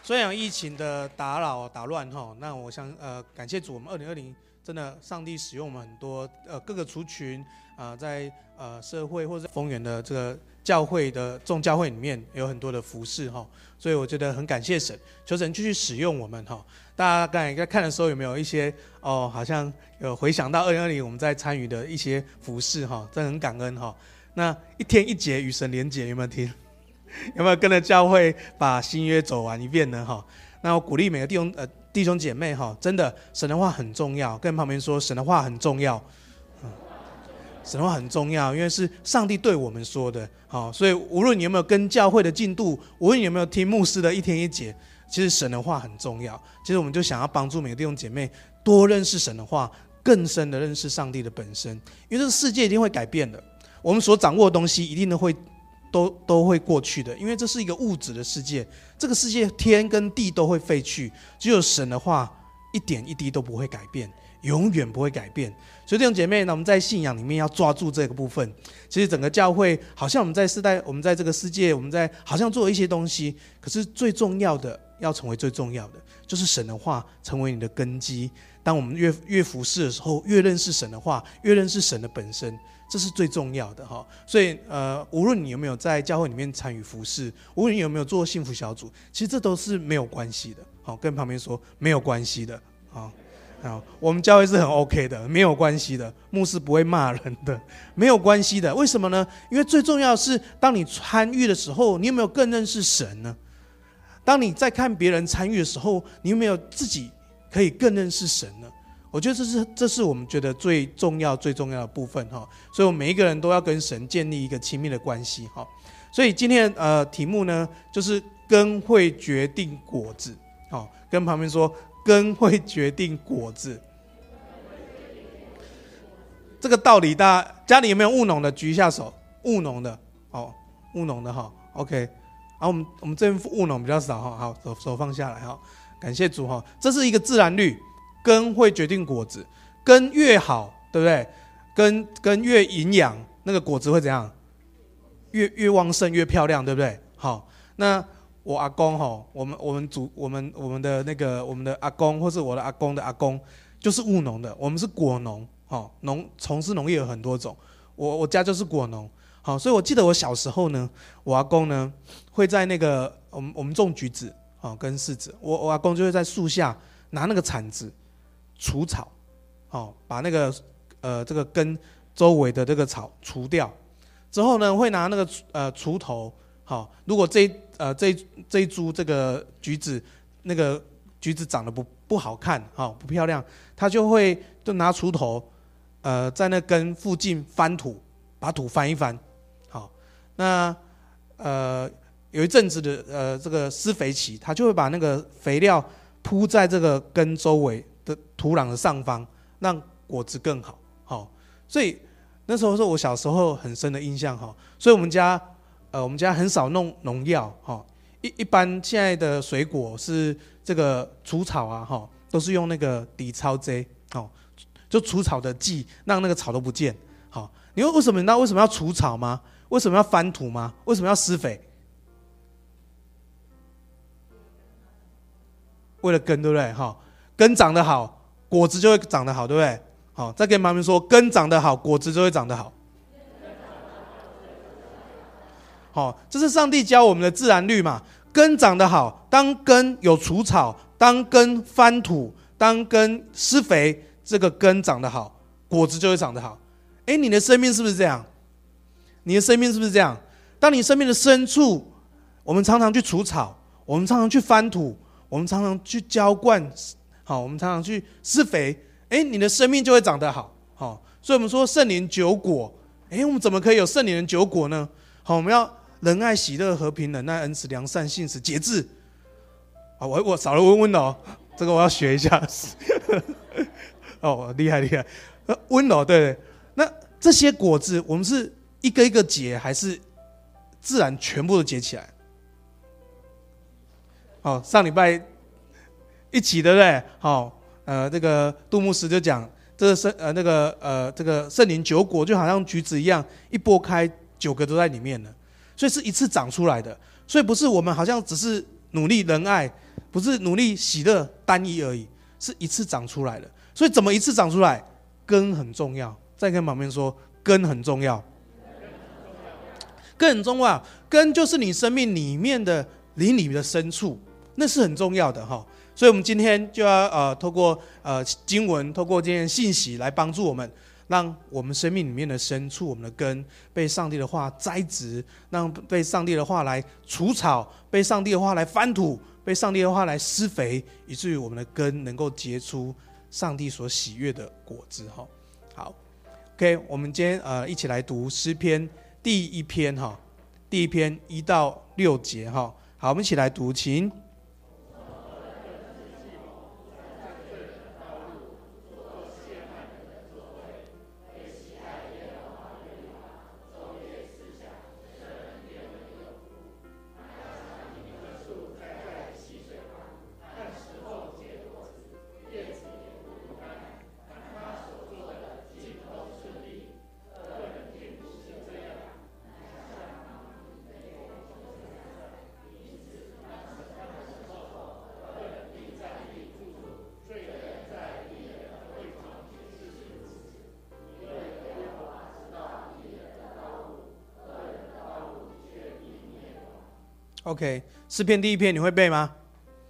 虽然疫情的打扰打乱哈，那我想感谢主，我们2020真的上帝使用我们很多各个族群在社会或者丰原的这个教会的众教会里面有很多的服事哈，所以我觉得很感谢神，求神继续使用我们哈。大家刚才在看的时候有没有一些好像有回想到2020我们在参与的一些服事哈，真的很感恩哈。那一天一节与神连结有没有听？有没有跟着教会把新约走完一遍呢？哈，那我鼓励每个弟兄姐妹哈，真的神的话很重要，跟旁边说神的话很重要，神的话很重要，因为是上帝对我们说的，好，所以无论你有没有跟教会的进度，无论你有没有听牧师的一天一节，其实神的话很重要。其实我们就想要帮助每个弟兄姐妹多认识神的话，更深的认识上帝的本身，因为这个世界一定会改变的，我们所掌握的东西一定都会过去的，因为这是一个物质的世界，这个世界天跟地都会废去，只有神的话一点一滴都不会改变，永远不会改变。所以弟兄姐妹，那我们在信仰里面要抓住这个部分。其实整个教会好像我们在这个世界，我们在好像做了一些东西，可是最重要的要成为最重要的，就是神的话成为你的根基。当我们越服侍的时候，越认识神的话，越认识神的本身，这是最重要的哈。所以无论你有没有在教会里面参与服侍，无论你有没有做幸福小组，其实这都是没有关系的。好，跟旁边说没有关系的。好，我们教会是很 OK 的，没有关系的，牧师不会骂人的，没有关系的。为什么呢？因为最重要的是，当你参与的时候，你有没有更认识神呢？当你在看别人参与的时候，你有没有自己可以更认识神呢？我觉得这是我们觉得最重要的部分哈。所以我们每一个人都要跟神建立一个亲密的关系哈。所以今天的题目呢，就是根会决定果子。好，跟旁边说。根会决定果子，这个道理大家家里有没有务农的举一下手？务农的，好，务农的哈 ，OK。我们这边务农比较少哈，好，手放下来哈，感谢主哈。这是一个自然律，根会决定果子，根越好，对不对？根越营养，那个果子会怎样？越旺盛，越漂亮，对不对？好，那。我阿公哈，我们的阿公，或是我的阿公的阿公，就是务农的。我们是果农，哈，从事农业有很多种。我家就是果农，好，所以我记得我小时候呢，我阿公呢会在那个我们种橘子，好跟柿子，我阿公就会在树下拿那个铲子除草，好把那个这个根周围的这个草除掉，之后呢会拿那个锄头。好，如果这一株这个橘子，那个橘子长得不好看，好不漂亮，他就拿锄头，在那根附近翻土，把土翻一翻。好，那有一阵子的这个施肥期，他就会把那个肥料铺在这个根周围的土壤的上方，让果子更好。好，所以那时候是我小时候很深的印象哈，所以我们家很少弄农药哈，一般现在的水果是这个除草啊哈，都是用那个底草剂哦，就除草的剂，让那个草都不见。好，你为什么要除草吗？为什么要翻土吗？为什么要施肥？为了根，对不对？哈，根长得好，果子就会长得好，对不对？好，再跟旁边说，根长得好，果子就会长得好。好，这是上帝教我们的自然律嘛。根长得好，当根有除草，当根翻土，当根施肥，这个根长得好，果子就会长得好。你的生命是不是这样？你的生命是不是这样？当你生命的深处，我们常常去除草，我们常常去翻土，我们常常去浇灌，好，我们常常去施肥，你的生命就会长得好。好，所以我们说圣灵9果，我们怎么可以有圣灵的9果呢？好，我们要仁爱、喜乐、和平、忍耐、恩慈、良善、信实、节制。我少了温柔，这个我要学一下。厉害！温柔，对。那这些果子，我们是一个一个结，还是自然全部都结起来？好，上礼拜一起，对不对？好，这个杜牧师就讲，这个圣灵9果就好像橘子一样，一剥开9个都在里面了。所以是一次长出来的，所以不是我们好像只是努力仁爱， 不是努力喜乐单一而已，是一次长出来的。所以怎么一次长出来？根很重要。再跟旁边说，根很重要。根很重要，根就是你生命里面的灵里的深处，那是很重要的哈。所以我们今天就要透过经文，透过今天的信息来帮助我们，让我们生命里面的深处，我们的根被上帝的话栽植，让被上帝的话来除草，被上帝的话来翻土，被上帝的话来施肥，以至于我们的根能够结出上帝所喜悦的果子哈。好 ，OK， 我们今天一起来读诗篇第一篇哈，第一篇1到6节哈。好，我们一起来读，请。OK， 诗篇第一篇你会背吗？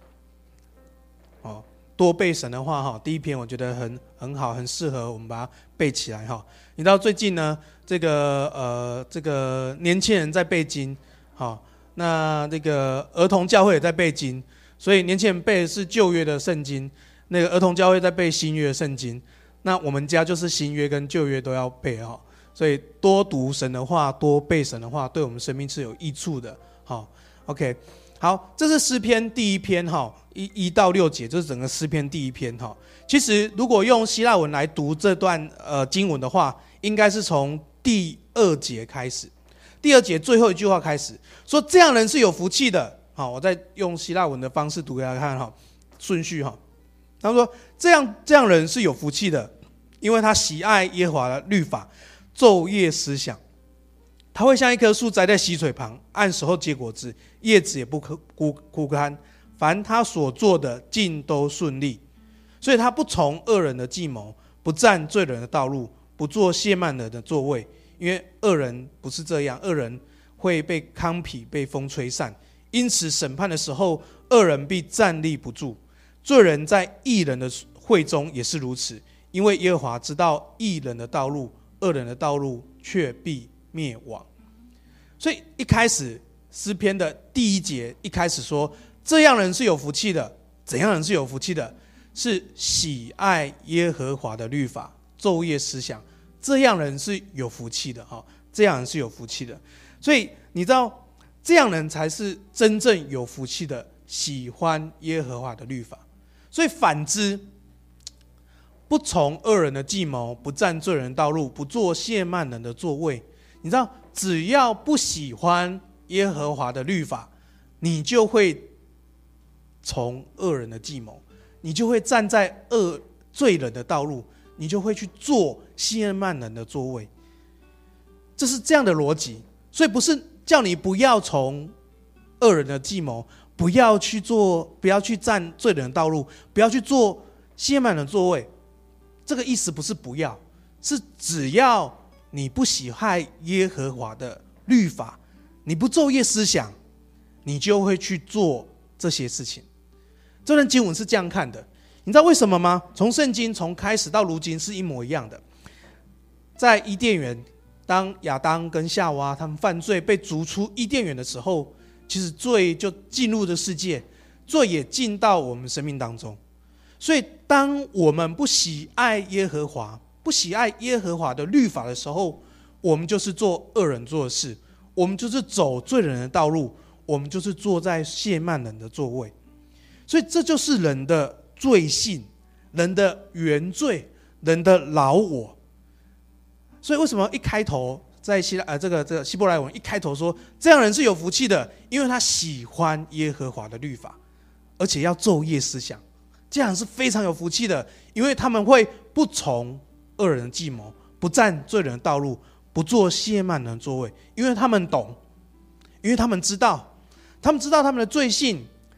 哦，多背神的话哈，第一篇我觉得很好，很适合我们把它背起来哈。你知道最近呢，这个年轻人在背经，好，那这个儿童教会也在背经，所以年轻人背的是旧约的圣经，那个儿童教会在背新约的圣经。那我们家就是新约跟旧约都要背哈，所以多读神的话，多背神的话，对我们生命是有益处的。好。OK， 好，这是诗篇第一篇哈，1到6节，这是整个诗篇第一篇哈。其实如果用希腊文来读这段经文的话，应该是从第2节开始，第2节最后一句话开始，说这样人是有福气的。好，我再用希腊文的方式读给大家看哈，顺序哈。他说这样人是有福气的，因为他喜爱耶和华的律法，昼夜思想。他会像一棵树栽在溪水旁，按时候结果子，叶子也不枯干。凡他所做的，尽都顺利。所以他不从恶人的计谋，不占罪人的道路，不坐亵慢人的座位。因为恶人不是这样，恶人会被糠秕被风吹散。因此审判的时候，恶人必站立不住。罪人在义人的会中也是如此，因为耶和华知道义人的道路，恶人的道路却必灭亡。所以一开始诗篇的第1节一开始说，这样人是有福气的。怎样人是有福气的？是喜爱耶和华的律法，昼夜思想，这样人是有福气的哈，这样人是有福气的。所以你知道，这样人才是真正有福气的，喜欢耶和华的律法。所以反之，不从恶人的计谋，不占罪人的道路，不坐亵慢人的座位。你知道，只要不喜欢耶和华的律法，你就会从恶人的计谋，你就会站在罪人的道路，你就会去做亵慢人的座位。这是这样的逻辑。所以不是叫你不要从恶人的计谋，不要去占罪人的道路，不要去做亵慢人的座位。这个意思不是不要，是只要你不喜爱耶和华的律法，你不昼夜思想，你就会去做这些事情。这段经文是这样看的，你知道为什么吗？从圣经从开始到如今是一模一样的。在伊甸园，当亚当跟夏娃他们犯罪被逐出伊甸园的时候，其实罪就进入了世界，罪也进到我们生命当中。所以当我们不喜爱耶和华，不喜爱耶和华的律法的时候，我们就是做恶人做的事，我们就是走罪人的道路，我们就是坐在亵慢人的座位。所以这就是人的罪性，人的原罪，人的老我。所以为什么一开头在这个希伯来文一开头说这样人是有福气的，因为他喜欢耶和华的律法，而且要昼夜思想。这样是非常有福气的，因为他们会不从恶人的计谋，不占罪人的道路，不坐亵慢人的座位。因为他们懂，因为他们知道他们的罪性，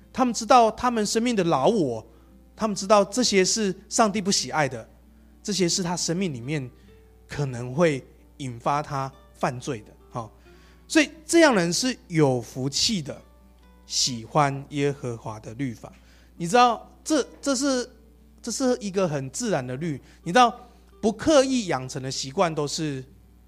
他们知道他们生命的老我，他们知道这些是上帝不喜爱的，这些是他生命里面可能会引发他犯罪的。所以这样人是有福气的，喜欢耶和华的律法。你知道这是一个很自然的律。你知道不刻意养成的习惯都是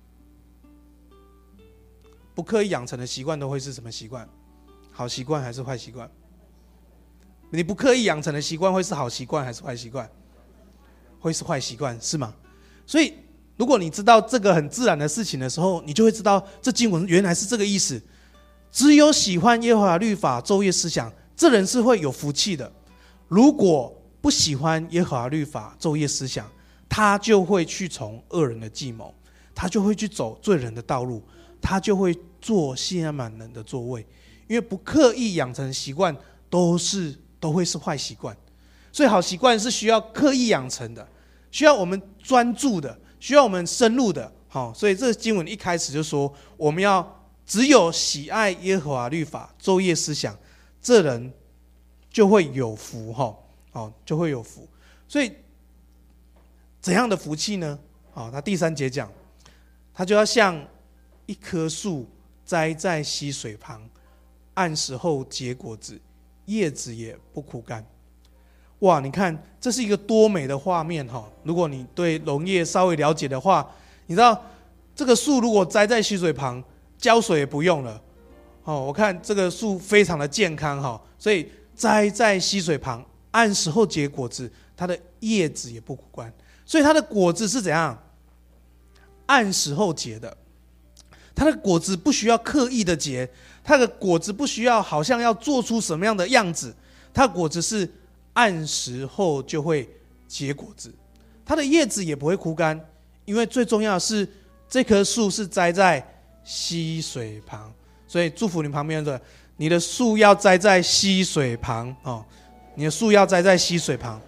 不刻意养成的习惯都会是什么习惯？好习惯还是坏习惯？你不刻意养成的习惯会是好习惯还是坏习惯？会是坏习惯，是吗？所以如果你知道这个很自然的事情的时候，你就会知道这经文原来是这个意思。只有喜欢耶和华律法昼夜思想，这人是会有福气的。如果不喜欢耶和华律法昼夜思想，他就会去从恶人的计谋，他就会去走罪人的道路，他就会坐西安满人的座位。因为不刻意养成的习惯都会是坏习惯，所以好习惯是需要刻意养成的，需要我们专注的，需要我们深入的。所以这个经文一开始就说，我们要只有喜爱耶和华律法昼夜思想，这人就会有福，就会有福。所以怎样的福气呢？他第3节讲，他就要像一棵树栽在溪水旁，按时候结果子，叶子也不枯干。哇，你看这是一个多美的画面。如果你对农业稍微了解的话，你知道这个树如果栽在溪水旁，浇水也不用了。我看这个树非常的健康，所以栽在溪水旁，按时候结果子，它的叶子也不枯干。所以它的果子是怎样？按时候结的。它的果子不需要刻意的结，它的果子不需要好像要做出什么样的样子，它的果子是按时候就会结果子，它的叶子也不会枯干。因为最重要的是这棵树是栽在溪水旁，所以祝福你旁边的，你的树要栽在溪水旁，你的树要栽在溪水旁。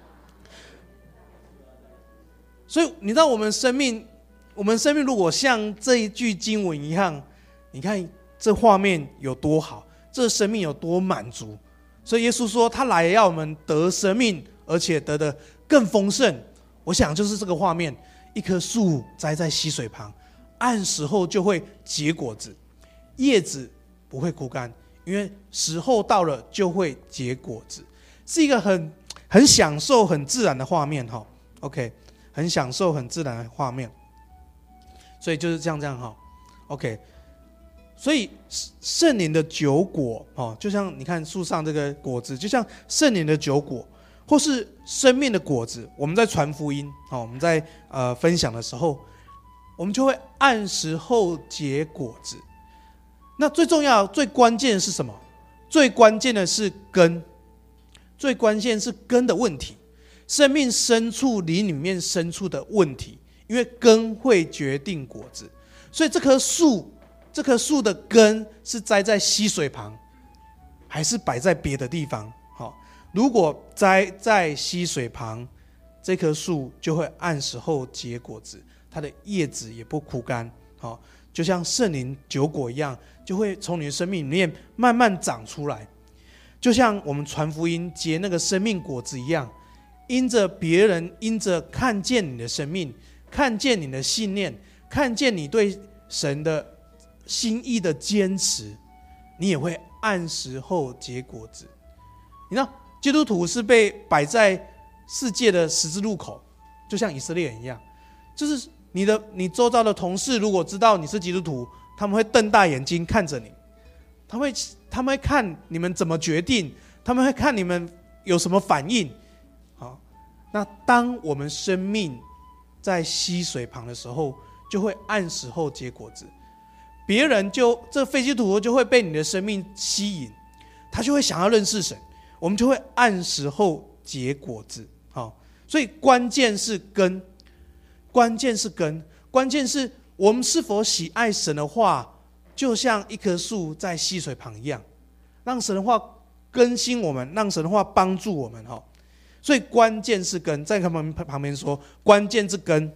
所以你知道我们生命如果像这一句经文一样，你看这画面有多好，这生命有多满足。所以耶稣说他来要我们得生命，而且得的更丰盛。我想就是这个画面，一棵树栽在溪水旁，按时候就会结果子，叶子不会枯干，因为时候到了就会结果子，是一个很享受很自然的画面。OK， 很享受很自然的画面。所以就是这样OK。所以圣灵的9果，就像你看树上这个果子，就像圣灵的9果，或是生命的果子。我们在传福音，我们在分享的时候，我们就会按时候结果子。那最重要、最关键的是什么？最关键的是根，最关键是根的问题，生命深处里面深处的问题。因为根会决定果子，所以这棵树的根是栽在溪水旁，还是摆在别的地方？如果栽在溪水旁，这棵树就会按时候结果子，它的叶子也不枯干。就像圣灵9果一样，就会从你的生命里面慢慢长出来。就像我们传福音结那个生命果子一样，因着别人因着看见你的生命，看见你的信念，看见你对神的心意的坚持，你也会按时候结果子。你知道基督徒是被摆在世界的十字路口，就像以色列人一样，就是你周遭的同事如果知道你是基督徒，他们会瞪大眼睛看着你，他们会看你们怎么决定，他们会看你们有什么反应。那当我们生命在溪水旁的时候，就会按时候结果子。别人这非基督徒就会被你的生命吸引，他就会想要认识神，我们就会按时候结果子。所以关键是根，关键是我们是否喜爱神的话，就像一棵树在溪水旁一样，让神的话更新我们，让神的话帮助我们。所以关键是根，在他们旁边说，关键是根，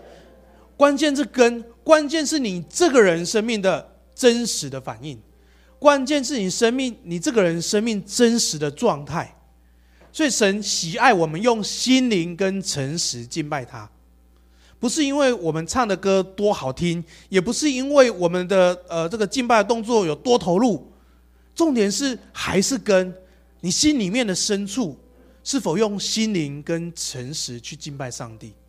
关键是根，关键是你这个人生命的真实的反应。 关键是你这个人生命真实的状态。所以神喜爱我们用心灵跟诚实敬拜他，不是因为我们唱的歌多好听，也不是因为我们的这个敬拜的动作有多投入，重点是还是跟你心里面的深处是否用心灵跟诚实去敬拜上帝。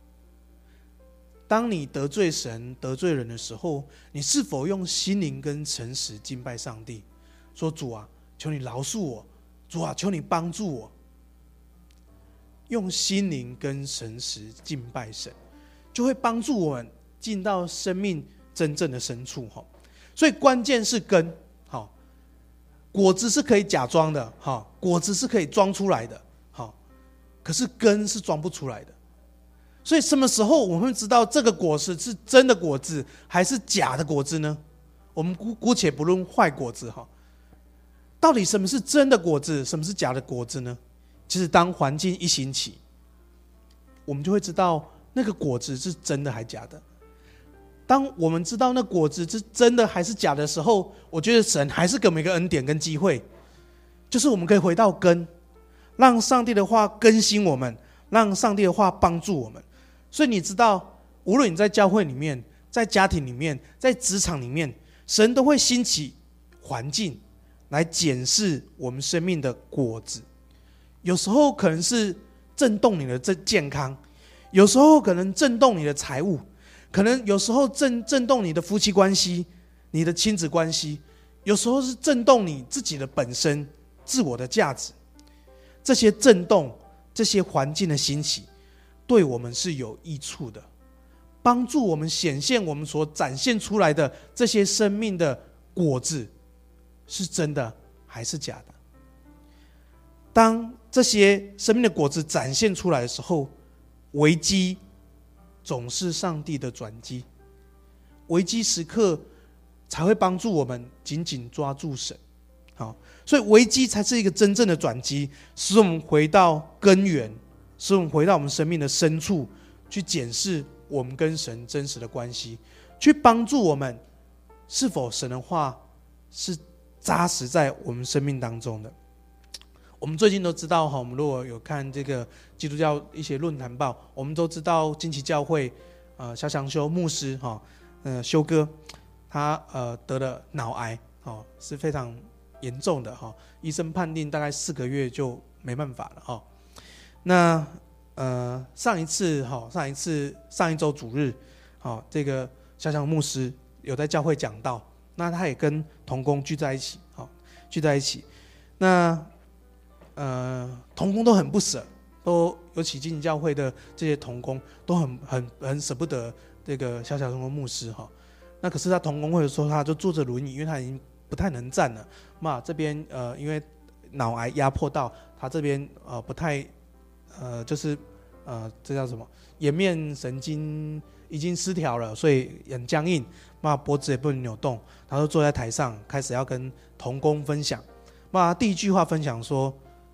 当你得罪神得罪人的时候，你是否用心灵跟诚实敬拜上帝，说主啊，求你饶恕我，主啊，求你帮助我。用心灵跟诚实敬拜神，就会帮助我们进到生命真正的深处。所以关键是根，果子是可以假装的，果子是可以装出来的，可是根是装不出来的。所以什么时候我们会知道这个果实是真的果子还是假的果子呢？我们姑且不论坏果子，到底什么是真的果子，什么是假的果子呢？其实当环境一兴起，我们就会知道那个果子是真的还是假的。当我们知道那果子是真的还是假的时候，我觉得神还是给我们一个恩典跟机会，就是我们可以回到根，让上帝的话更新我们，让上帝的话帮助我们。所以你知道，无论你在教会里面，在家庭里面，在职场里面，神都会兴起环境来检视我们生命的果子。有时候可能是震动你的健康，有时候可能震动你的财务，可能有时候震动你的夫妻关系，你的亲子关系，有时候是震动你自己的本身自我的价值。这些震动，这些环境的兴起，对我们是有益处的，帮助我们显现我们所展现出来的这些生命的果子是真的还是假的。当这些生命的果子展现出来的时候，危机总是上帝的转机，危机时刻才会帮助我们紧紧抓住神。所以危机才是一个真正的转机，使我们回到根源，使我们回到我们生命的深处，去检视我们跟神真实的关系，去帮助我们是否神的话是扎实在我们生命当中的。我们最近都知道，我们如果有看这个基督教一些论坛报，我们都知道金旗教会肖祥修牧师修哥，他得了脑癌，是非常严重的，医生判定大概4个月就没办法了。那上一周主日，这个肖祥牧师有在教会讲道，那他也跟同工聚在一起，那同工都很不舍，都尤其金旗教会的这些同工都很舍不得这个小同工牧师。那可是他同工会说，他就坐着轮椅，因为他已经不太能站了。那这边因为脑癌压迫到他这边不太就是这叫什么颜面神经已经失调了，所以很僵硬，那脖子也不能扭动。他就坐在台上开始要跟同工分享。那第一句话分享说，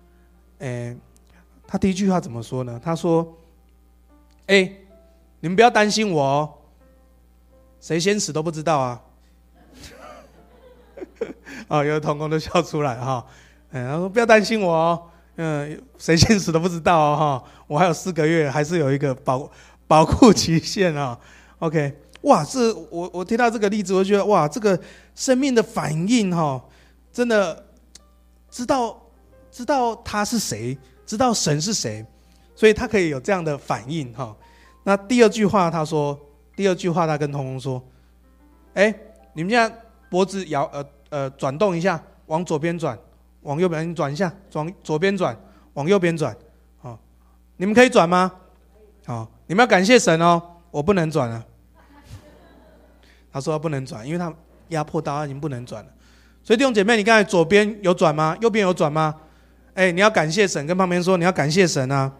他第一句话怎么说呢？他说：你们不要担心我哦，谁先死都不知道啊。有的同工都笑出来哈。他说不要担心我哦，谁先死都不知道哦，我还有4个月，还是有一个保护期限啊。OK， 哇，我听到这个例子，我就觉得哇，这个生命的反应真的知道他是谁，知道神是谁，所以他可以有这样的反应。那第二句话他跟同工说，你们现在脖子转动一下，往左边转，往右边转一下，往左边转，往右边转。你们可以转吗？你们要感谢神哦，我不能转了。他说他不能转，因为他压迫到他已经不能转了。所以弟兄姐妹，你刚才左边有转吗？右边有转吗？你要感谢神，跟旁边说你要感谢神啊，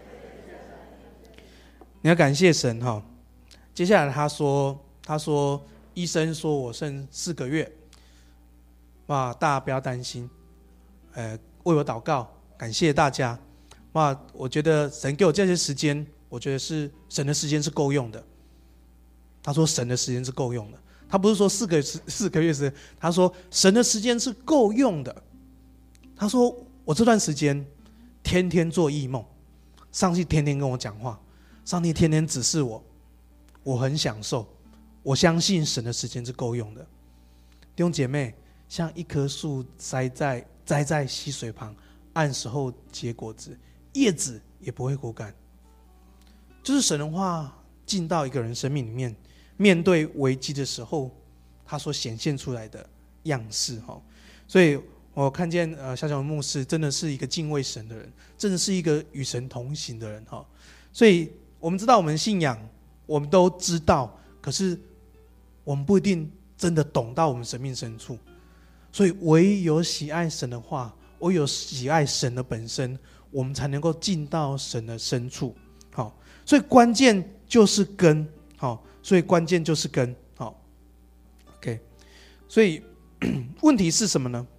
你要感谢神哈。接下来他说医生说我剩4个月，哇，大家不要担心，为我祷告，感谢大家。哇，我觉得神给我这些时间，我觉得是神的时间是够用的。他说神的时间是够用的， 他不是说四个月时间，他说神的时间是够用的。他说我这段时间天天做异梦，上帝天天跟我讲话，上帝天天指示我，我很享受。我相信神的时间是够用的。弟兄姐妹，像一棵树栽在溪水旁，按时候结果子，叶子也不会枯干。就是神的话进到一个人生命里面，面对危机的时候，他所显现出来的样式。所以我看见小小牧师真的是一个敬畏神的人，真的是一个与神同行的人。所以我们知道我们信仰，我们都知道，可是我们不一定真的懂到我们生命深处。所以唯有喜爱神的话，唯有喜爱神的本身，我们才能够进到神的深处。所以关键就是根。所以关键就是根。OK， 所以问题是什么呢？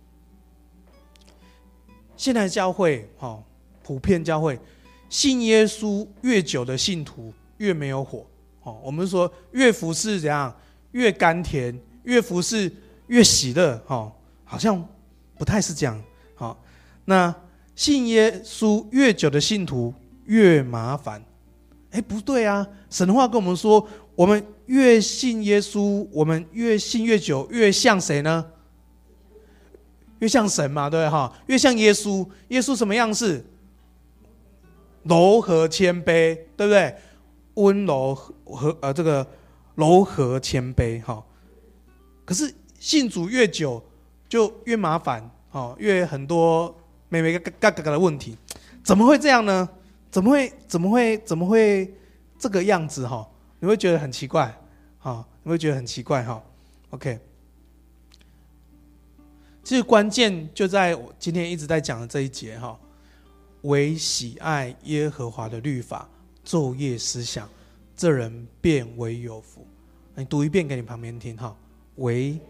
现在教会，普遍教会，信耶稣越久的信徒越没有火。我们说越服侍怎样，越甘甜，越服侍越喜乐。好像不太是这样。那信耶稣越久的信徒越麻烦。不对啊！神的话跟我们说，我们越信耶稣，我们越信越久，越像谁呢？越像神嘛，对不对？越像耶稣。耶稣什么样式？柔和谦卑，对不对？温柔和这个柔和谦卑。可是信主越久就越麻烦，越很多每个的问题。怎么会这样呢？怎么会这个样子？你会觉得很奇怪。你会觉得很奇怪。OK， 其实关键就在我今天一直在讲的这一节。唯喜爱耶和华的律法，昼夜思想，这人便为有福。你读一遍给你旁边听。唯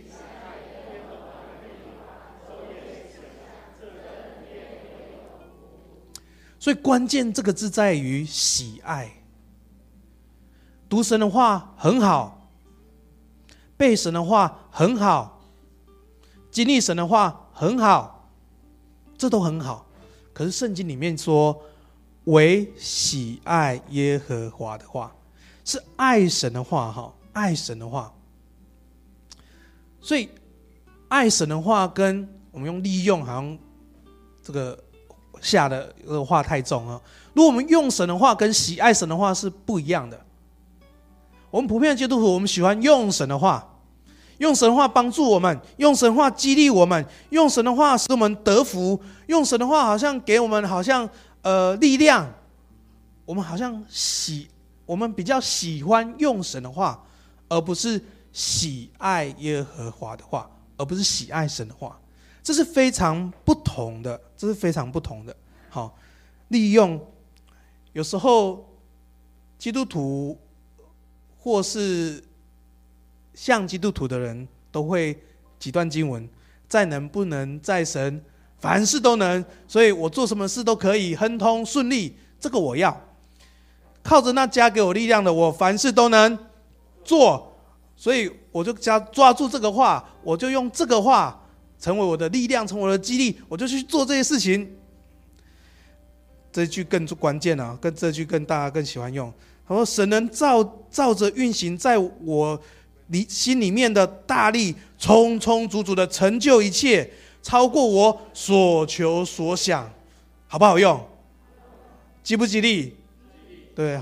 所以关键这个字在于喜爱。读神的话很好，背神的话很好，经历神的话很好，这都很好。可是圣经里面说，唯喜爱耶和华的话，是爱神的话。爱神的话。所以爱神的话跟我们用利用，好像这个下的话太重了。如果我们用神的话跟喜爱神的话是不一样的。我们普遍的基督徒，我们喜欢用神的话，用神的话帮助我们，用神的话激励我们，用神的话使我们得福，用神的话好像给我们好像力量。我们比较喜欢用神的话，而不是喜爱耶和华的话，而不是喜爱神的话。这是非常不同的，这是非常不同的。利用有时候基督徒或是像基督徒的人都会几段经文，在能不能在神凡事都能，所以我做什么事都可以亨通顺利，这个我要靠着那加给我力量的，我凡事都能做。所以我就抓住这个话，我就用这个话成为我的力量，成为我的激励，我就去做这些事情。这句更关键啊，跟这句大家更喜欢用。他说神能照着运行在我心里面的大力，充充足足的成就一切，超过我所求所想。好不好用？激不激励？对。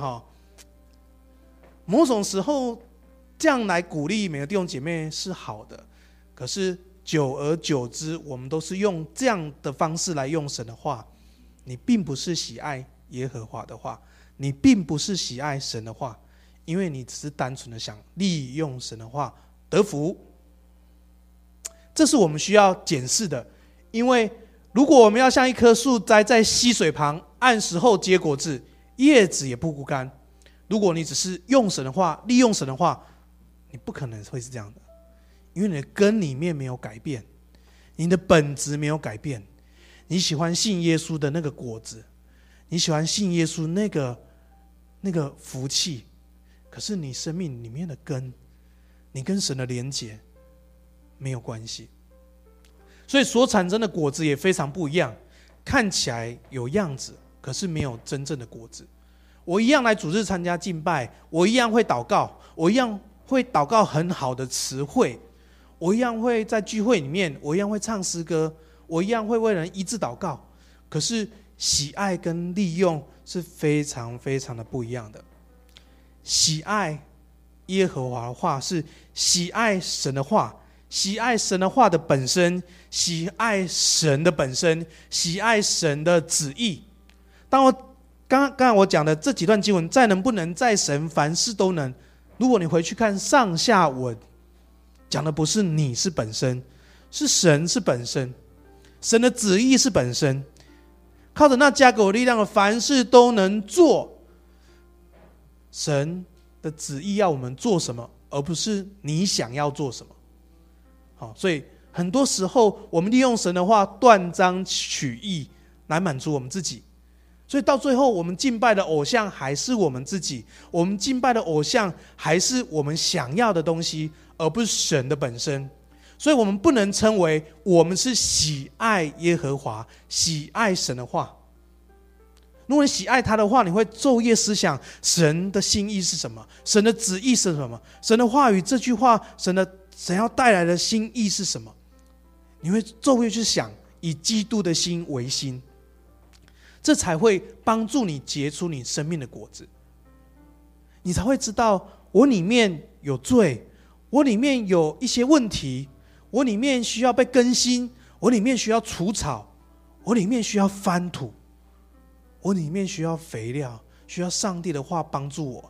某种时候这样来鼓励每个弟兄姐妹是好的，可是久而久之，我们都是用这样的方式来用神的话，你并不是喜爱耶和华的话，你并不是喜爱神的话，因为你只是单纯的想利用神的话得福。这是我们需要检视的。因为如果我们要像一棵树栽在溪水旁，按时候结果子，叶子也不枯干，如果你只是用神的话，利用神的话，你不可能会是这样的。因为你的根里面没有改变，你的本质没有改变。你喜欢信耶稣的那个果子，你喜欢信耶稣那个福气，可是你生命里面的根你跟神的连结没有关系。所以所产生的果子也非常不一样，看起来有样子，可是没有真正的果子。我一样来主日参加敬拜，我一样会祷告，我一样会祷告很好的词汇，我一样会在聚会里面，我一样会唱诗歌，我一样会为人医治祷告。可是喜爱跟利用是非常非常的不一样的。喜爱耶和华的话是喜爱神的话，喜爱神的话的本身，喜爱神的本身，喜爱神的旨意。当我刚才我讲的这几段经文，再能不能在神凡事都能，如果你回去看上下文，讲的不是你是本身，是神是本身，神的旨意是本身，靠着那加给我力量的凡事都能做。神的旨意要我们做什么，而不是你想要做什么。好，所以很多时候我们利用神的话断章取义来满足我们自己，所以到最后我们敬拜的偶像还是我们自己，我们敬拜的偶像还是我们想要的东西，而不是神的本身。所以我们不能称为我们是喜爱耶和华，喜爱神的话。如果你喜爱他的话，你会昼夜思想神的心意是什么，神的旨意是什么，神的话语这句话，神要带来的心意是什么，你会昼夜去想，以基督的心为心，这才会帮助你结出你生命的果子。你才会知道，我里面有罪，我里面有一些问题，我里面需要被更新，我里面需要除草，我里面需要翻土，我里面需要肥料，需要上帝的话帮助我。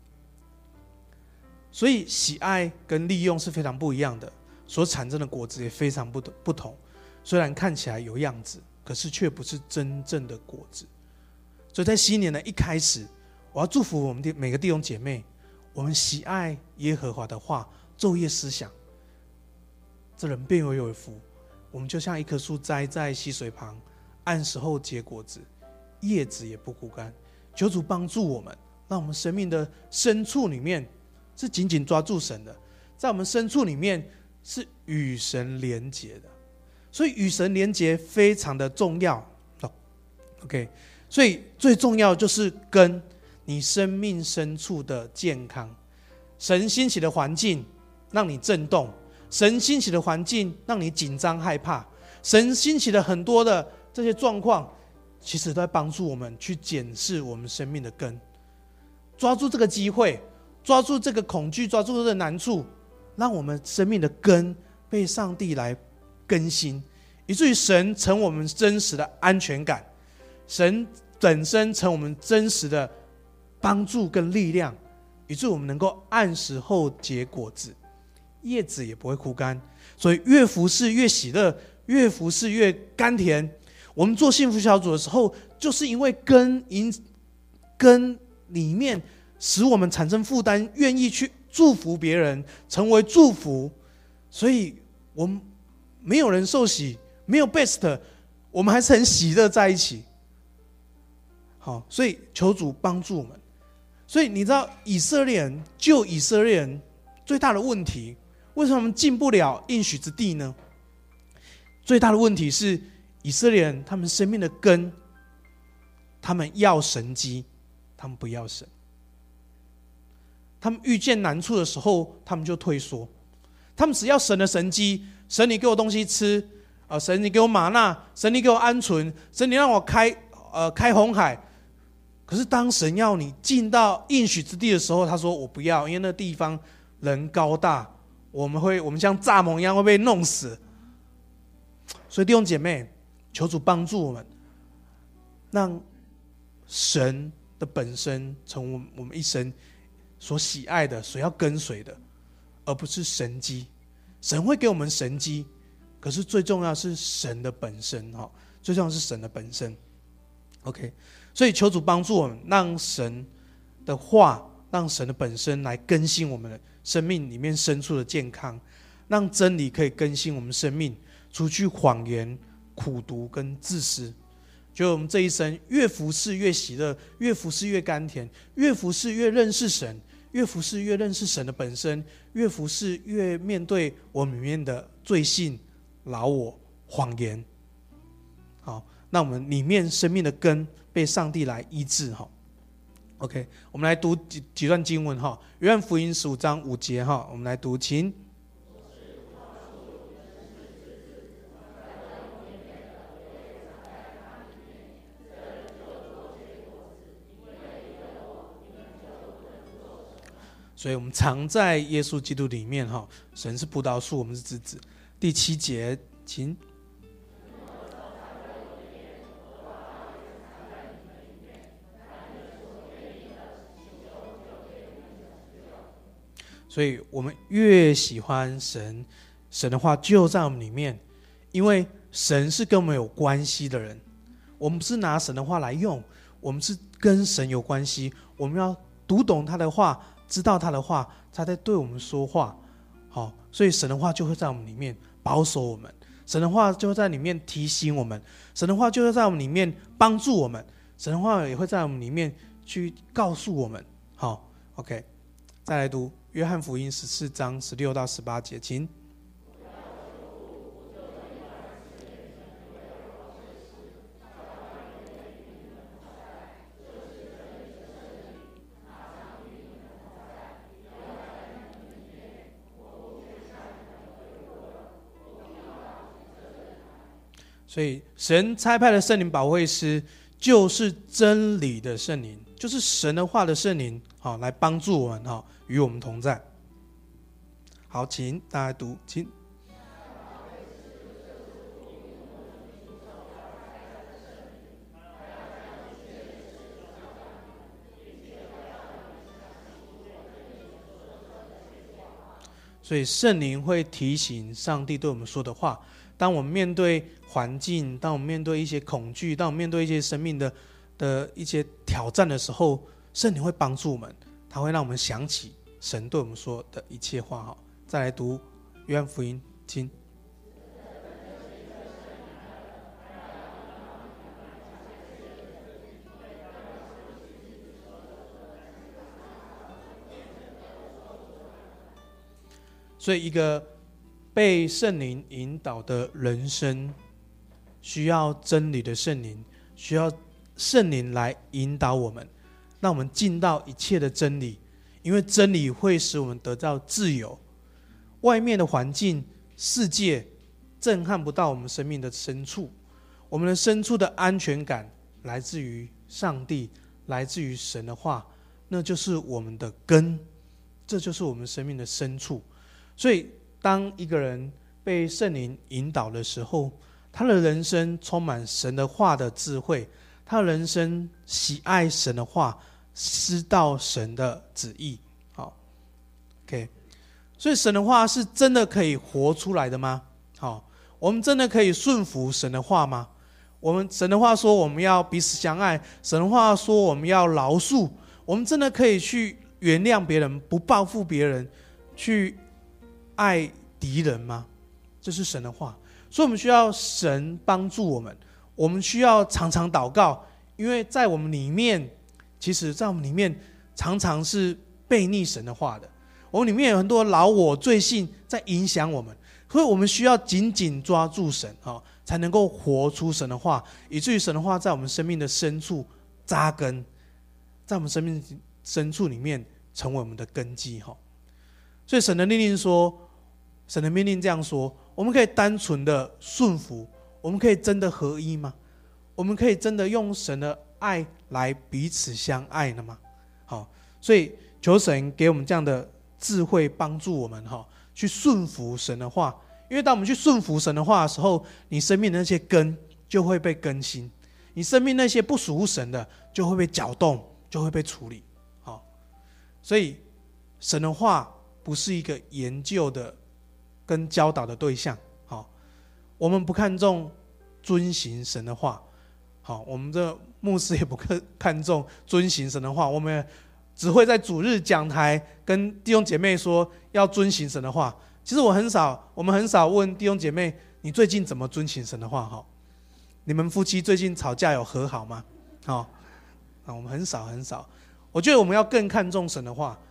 所以喜爱跟利用是非常不一样的，所产生的果子也非常不同。虽然看起来有样子，可是却不是真正的果子。所以在新年的一开始，我要祝福我们的每个弟兄姐妹，我们喜爱耶和华的话，昼夜思想，这人便为有福。我们就像一棵树栽在溪水旁，按时候结果子，叶子也不枯干。求主帮助我们，让我们生命的深处里面是紧紧抓住神的，在我们深处里面是与神连结的。所以与神连结非常的重要。OK， 所以最重要就是跟你生命深处的健康。神兴起的环境让你震动，神兴起的环境让你紧张害怕，神兴起的很多的这些状况，其实都在帮助我们去检视我们生命的根。抓住这个机会，抓住这个恐惧，抓住这个难处，让我们生命的根被上帝来更新，以至于神成我们真实的安全感，神本身成我们真实的帮助跟力量，以致我们能够按时候结果子，叶子也不会枯干。所以越服侍越喜乐，越服侍越甘甜。我们做幸福小组的时候，就是因为根里面使我们产生负担，愿意去祝福别人，成为祝福，所以我们没有人受洗，没有 best， 我们还是很喜乐在一起。好，所以求主帮助我们。所以你知道以色列人最大的问题，为什么我们进不了应许之地呢？最大的问题是以色列人他们生命的根，他们要神迹，他们不要神。他们遇见难处的时候，他们就退缩。他们只要神的神迹，神你给我东西吃，神你给我玛纳，神你给我鹌鹑，神你让我开红海。可是当神要你进到应许之地的时候，他说我不要，因为那个地方人高大，我们像蚱蜢一样会被弄死。所以弟兄姐妹，求主帮助我们，让神的本身成为我们一生所喜爱的，所要跟随的，而不是神迹。神会给我们神迹，可是最重要是神的本身，最重要是神的本身。OK， 所以求主帮助我们，让神的话，让神的本身来更新我们的生命里面深处的健康，让真理可以更新我们生命，除去谎言、苦毒跟自私。就我们这一生越服侍越喜乐，越服侍越甘甜，越服侍越认识神， 越服侍越认识神的本身，越服侍越面对我们里面的罪性、老我、谎言。好，那我们里面生命的根被上帝来医治。OK， 我们来读几段经文哈，约翰福音15章5节哈，我们来读，请。所以我们常在耶稣基督里面哈，神是葡萄树，我们是枝子。第7节，请。所以我们越喜欢神，神的话就在我们里面，因为神是跟我们有关系的人，我们不是拿神的话来用，我们是跟神有关系，我们要读懂他的话，知道他的话，他在对我们说话。好，所以神的话就会在我们里面保守我们，神的话就会在里面提醒我们，神的话就会在我们里面帮助我们，神的话也会在我们里面去告诉我们。好 ，OK， 再来读约翰福音14章16到18节，请。所以神差派的圣灵保惠师就是真理的圣灵，就是神的话的圣灵，好，来帮助我们，好，与我们同在。好，请大家读，请。所以圣灵会提醒上帝对我们说的话。当我们面对环境，当我们面对一些恐惧，当我们面对一些生命的一些挑战的时候，圣灵会帮助我们，他会让我们想起神对我们说的一切话。再来读约翰福音，请。所以一个被圣灵引导的人生，需要真理的圣灵，需要圣灵来引导我们，让我们进到一切的真理，因为真理会使我们得到自由。外面的环境、世界震撼不到我们生命的深处，我们的深处的安全感来自于上帝，来自于神的话，那就是我们的根，这就是我们生命的深处。所以当一个人被圣灵引导的时候，他的人生充满神的话的智慧，他的人生喜爱神的话，知道神的旨意。好 ，OK， 所以神的话是真的可以活出来的吗？好，我们真的可以顺服神的话吗？神的话说我们要彼此相爱，神的话说我们要饶恕，我们真的可以去原谅别人，不报复别人，去爱敌人吗？这是神的话，所以我们需要神帮助我们，我们需要常常祷告，因为在我们里面，其实在我们里面常常是悖逆神的话的，我们里面有很多老我罪性在影响我们，所以我们需要紧紧抓住神，才能够活出神的话，以至于神的话在我们生命的深处扎根，在我们生命深处里面成为我们的根基。所以神的命令说，神的命令这样说，我们可以单纯的顺服，我们可以真的合一吗？我们可以真的用神的爱来彼此相爱了吗？好，所以求神给我们这样的智慧，帮助我们去顺服神的话。因为当我们去顺服神的话的时候，你生命的那些根就会被更新，你生命那些不属乎神的就会被搅动，就会被处理。好，所以神的话不是一个研究的跟教导的对象。好，我们不看重遵行神的话，好，我们这牧师也不看重遵行神的话，我们只会在主日讲台跟弟兄姐妹说要遵行神的话。其实我们很少问弟兄姐妹，你最近怎么遵行神的话？你们夫妻最近吵架有和好吗？我们很少。我觉得我们要更看重神的话，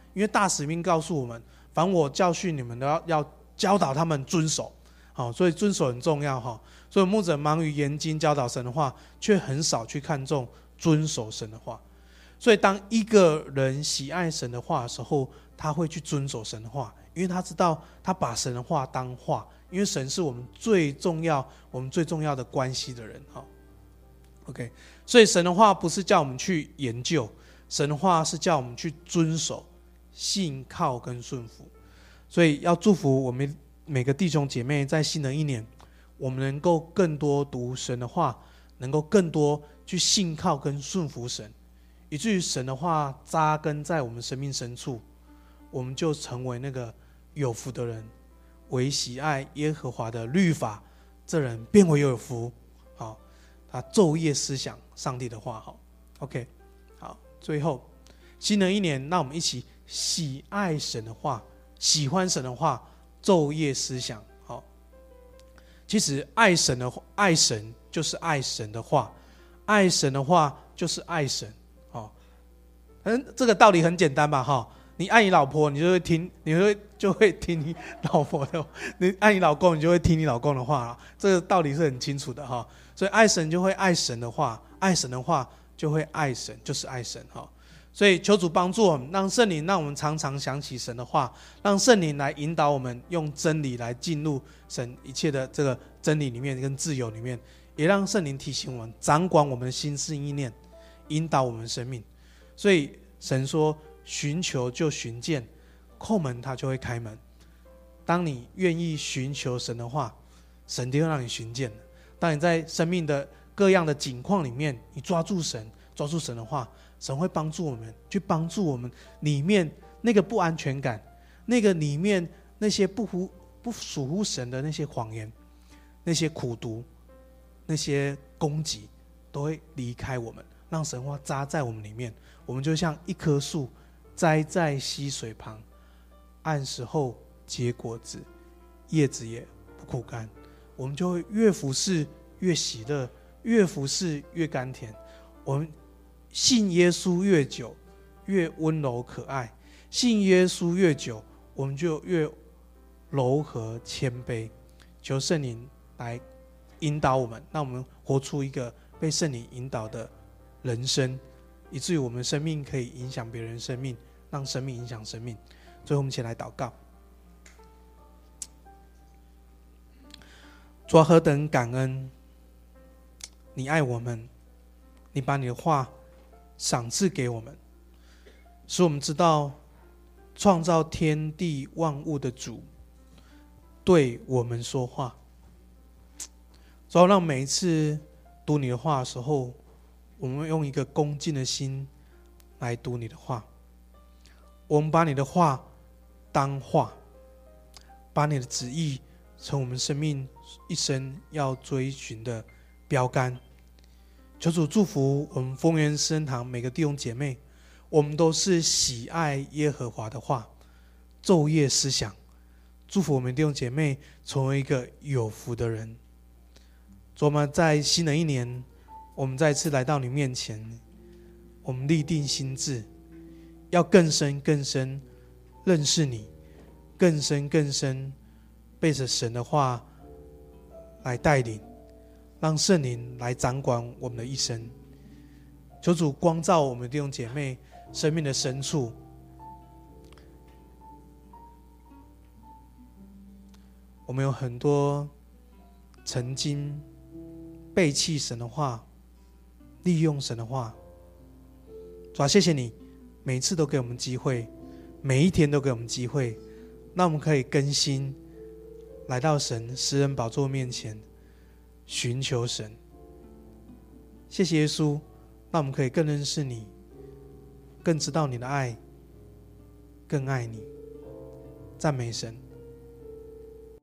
因为大使命告诉我们，凡我教训你们的要教导他们遵守。好，所以遵守很重要哈。所以牧者忙于研经教导神的话，却很少去看重遵守神的话。所以当一个人喜爱神的话的时候，他会去遵守神的话，因为他知道他把神的话当话，因为神是我们最重要的关系的人。好 ，OK， 所以神的话不是叫我们去研究，神的话是叫我们去遵守、信靠跟顺服。所以要祝福我们每个弟兄姐妹，在新的一年，我们能够更多读神的话，能够更多去信靠跟顺服神，以至于神的话扎根在我们生命深处，我们就成为那个有福的人。为喜爱耶和华的律法，这人变为有福。好，他昼夜思想上帝的话。好 ，OK， 好，最后新的一年，让我们一起喜爱神的话，喜欢神的话，昼夜思想。好，其实爱神就是爱神的话，爱神的话就是爱神。好，这个道理很简单吧？哈，你爱你老婆，你就会听你老婆的；你爱你老公，你就会听你老公的话。这个道理是很清楚的哈。所以爱神就会爱神的话，爱神的话就会爱神，就是爱神哈。所以求主帮助我们，让圣灵让我们常常想起神的话，让圣灵来引导我们，用真理来进入神一切的这个真理里面跟自由里面，也让圣灵提醒我们，掌管我们的心思意念，引导我们的生命。所以神说，寻求就寻见，叩门他就会开门。当你愿意寻求神的话，神就会让你寻见。当你在生命的各样的境况里面，你抓住神的话，神会帮助我们，去帮助我们里面那个不安全感，那个里面那些不属乎神的那些谎言，那些苦毒，那些攻击，都会离开我们，让神话扎在我们里面。我们就像一棵树栽在溪水旁，按时候结果子，叶子也不枯干。我们就会越服侍越喜乐，越服侍越甘甜。我们信耶稣越久，越温柔可爱；信耶稣越久，我们就越柔和谦卑。求圣灵来引导我们，让我们活出一个被圣灵引导的人生，以至于我们生命可以影响别人生命，让生命影响生命。最后我们一起来祷告。主啊，何等感恩，你爱我们，你把你的话赏赐给我们，使我们知道创造天地万物的主对我们说话。主啊，让每一次读你的话的时候，我们用一个恭敬的心来读你的话。我们把你的话当话，把你的旨意成我们生命一生要追寻的标杆。求主祝福我们丰原施恩堂每个弟兄姐妹，我们都是喜爱耶和华的话，昼夜思想。祝福我们弟兄姐妹成为一个有福的人。主，我们在新的一年，我们再次来到你面前，我们立定心志，要更深更深认识你，更深更深背着神的话来带领，让圣灵来掌管我们的一生。求主光照我们弟兄姐妹生命的深处，我们有很多曾经背弃神的话，利用神的话。主啊，谢谢你每一次都给我们机会，每一天都给我们机会，让我们可以更新，来到神施恩宝座面前寻求神。谢谢耶稣，让我们可以更认识你，更知道你的爱，更爱你。赞美神。